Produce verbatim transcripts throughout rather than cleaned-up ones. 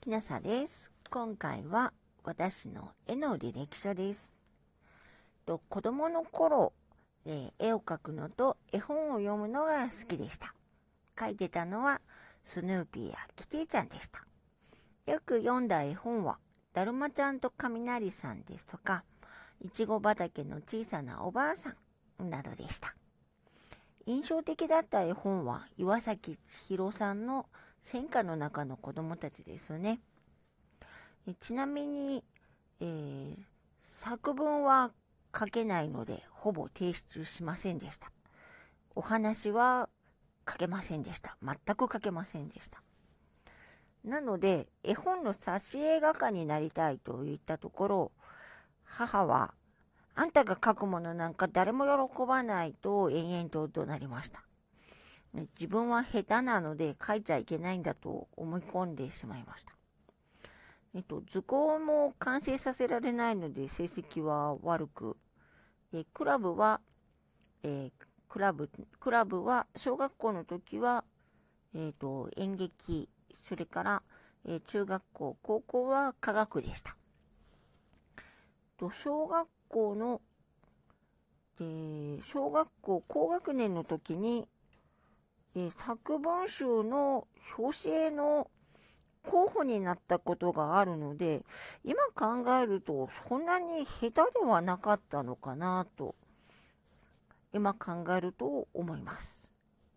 ひなさです。今回は私の絵の履歴書です。と子供の頃、えー絵を描くのと絵本を読むのが好きでした。描いてたのはスヌーピーやキティちゃんでした。よく読んだ絵本はだるまちゃんと雷さんですとか、いちご畑の小さなおばあさんなどでした。印象的だった絵本は岩崎千尋さんの戦火の中の子供たちですね。えちなみに、えー作文は書けないのでほぼ提出しませんでした。お話は書けませんでした。全く書けませんでした。なので絵本の挿絵画家になりたいと言ったところ、母はあんたが書くものなんか誰も喜ばないと延々と怒鳴りました。自分は下手なので書いちゃいけないんだと思い込んでしまいました。えっと、図工も完成させられないので成績は悪く、えクラブは、えークラブ、クラブは小学校の時は、えっと、演劇、それから、えー中学校、高校は科学でした。と小学校の、えー小学校高学年の時に、えー作文集の表紙絵の候補になったことがあるので、今考えるとそんなに下手ではなかったのかなと今考えると思います。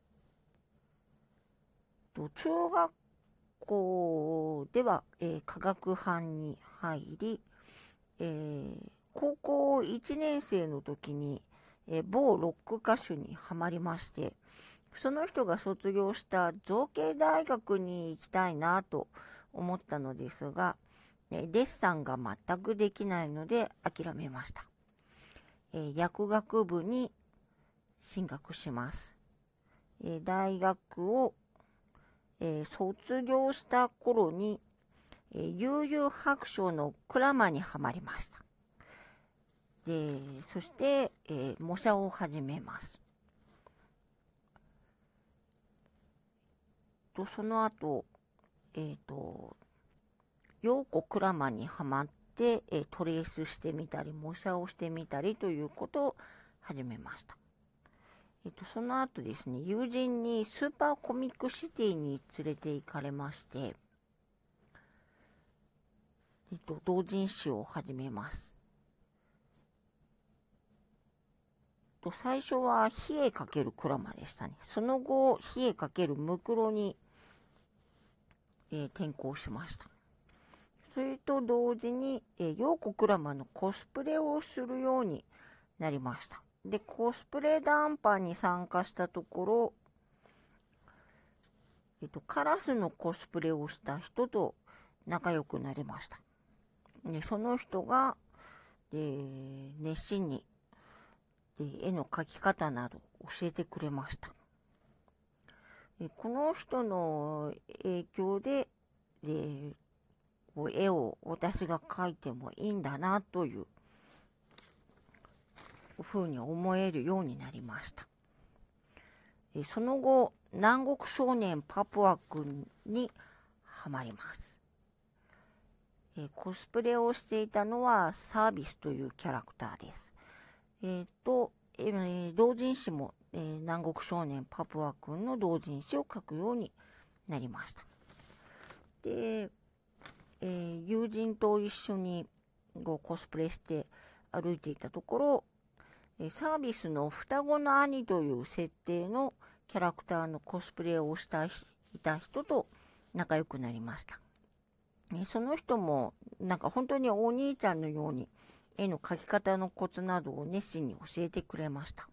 と中学校では、えー科学班に入り、えー高校いちねん生の時に、えー某ロック歌手にはまりまして、その人が卒業した造形大学に行きたいなと思ったのですが、えーデッサンが全くできないので諦めました。えー薬学部に進学します。えー大学を、えー卒業した頃に、えー悠々白書のクラマにはまりました。でそして、えー模写を始めます。とその後、えっ、と陽子クラマにはまって、えートレースしてみたり模写をしてみたりということを始めました。えっと、その後ですね、友人にスーパーコミックシティに連れて行かれまして、えっと、同人誌を始めます。と最初は比叡かけるクラマでしたね。その後、比叡かけるムクロに、えー転校しました。それと同時に、えー、陽子クラマのコスプレをするようになりました。で、コスプレダンパに参加したところ、えっと、カラスのコスプレをした人と仲良くなりました。でその人が、で熱心にで絵の描き方など教えてくれました。でこの人の影響で、でこう絵を私が描いてもいいんだなというふうに思えるようになりました。でその後、南国少年パプア君にはまります。えコスプレをしていたのはサービスというキャラクターです。えー、と、えー同人誌も、えー南国少年パプア君の同人誌を書くようになりました。で、えー友人と一緒にこうコスプレして歩いていたところ、えーサービスの双子の兄という設定のキャラクターのコスプレをしたいた人と仲良くなりました。えその人もなんか本当にお兄ちゃんのように絵の描き方のコツなどを熱心に教えてくれました。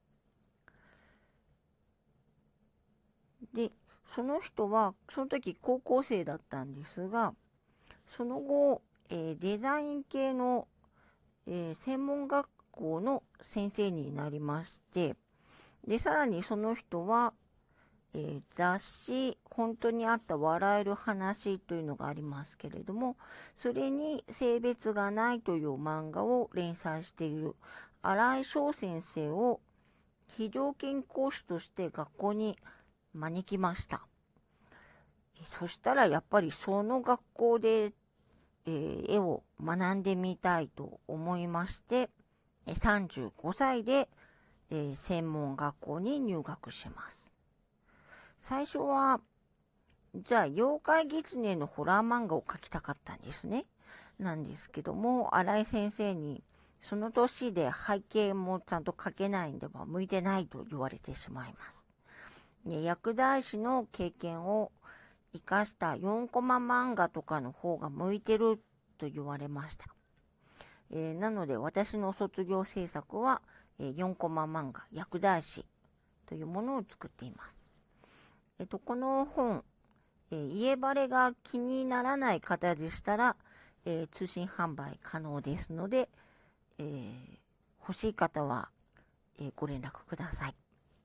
で、その人はその時高校生だったんですが、その後、えーデザイン系の、えー専門学校の先生になりまして、で、さらにその人は、えー雑誌本当にあった笑える話というのがありますけれども、それに性別がないという漫画を連載している新井翔先生を非常勤講師として学校に招きました。 そしたらやっぱりその学校で、えー、絵を学んでみたいと思いまして、さんじゅうごさいで、えー、専門学校に入学します。最初は、じゃあ妖怪狐のホラー漫画を描きたかったんですね。なんですけども、新井先生に、その年で背景もちゃんと描けないんでは向いてないと言われてしまいます。で、薬剤師の経験を生かしたよんコマ漫画とかの方が向いてると言われました。えー、なので私の卒業制作は、えー、よんコマ漫画薬剤師というものを作っています。えっと、この本、えー、家バレが気にならない方でしたら、えー、通信販売可能ですので、えー、欲しい方は、えー、ご連絡ください。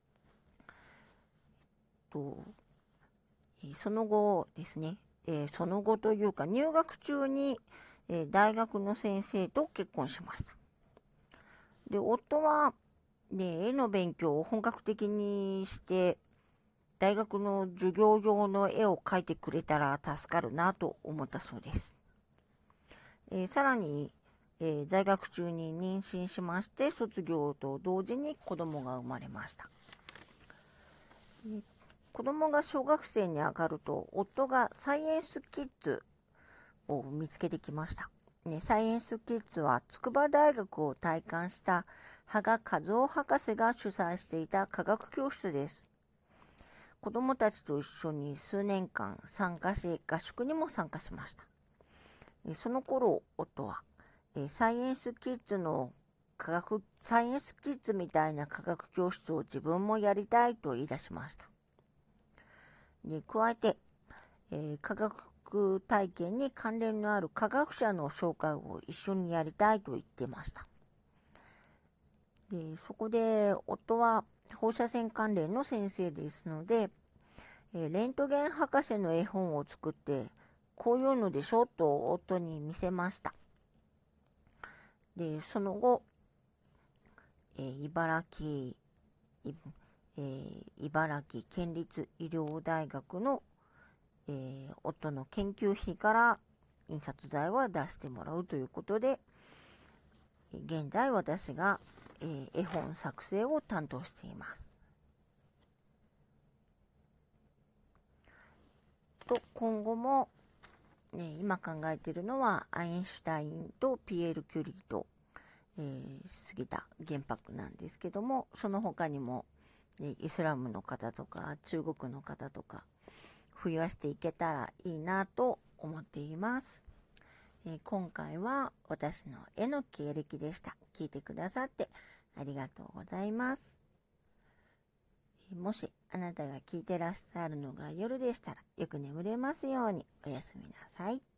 とその後ですね、えー、その後というか入学中に、えー、大学の先生と結婚しました。で、夫は、ね、絵の勉強を本格的にして大学の授業用の絵を描いてくれたら助かるなと思ったそうです。えー、さらに、えー、在学中に妊娠しまして卒業と同時に子供が生まれました。えー子供が小学生に上がると、夫がサイエンスキッズを見つけてきました。ね、サイエンスキッズは筑波大学を体感した羽賀和夫博士が主催していた科学教室です。子供たちと一緒に数年間参加し、合宿にも参加しました。その頃、夫はサイエンスキッズの科学、サイエンスキッズみたいな科学教室を自分もやりたいと言い出しました。で加えて、えー、科学体験に関連のある科学者の紹介を一緒にやりたいと言ってました。でそこで夫は放射線関連の先生ですので、えー、レントゲン博士の絵本を作ってこういうのでしょと夫に見せました。でその後、えー、茨城えー、茨城県立医療大学の、えー、夫の研究費から印刷代は出してもらうということで、現在私が、えー、絵本作成を担当しています。と今後も、ね、今考えているのはアインシュタインとピエール・キュリーと、えー、杉田玄白なんですけども、その他にもイスラムの方とか中国の方とか増やしていけたらいいなと思っています。えー、今回は私の絵の経歴でした。聞いてくださってありがとうございます。えー、もしあなたが聞いてらっしゃるのが夜でしたらよく眠れますようにおやすみなさい。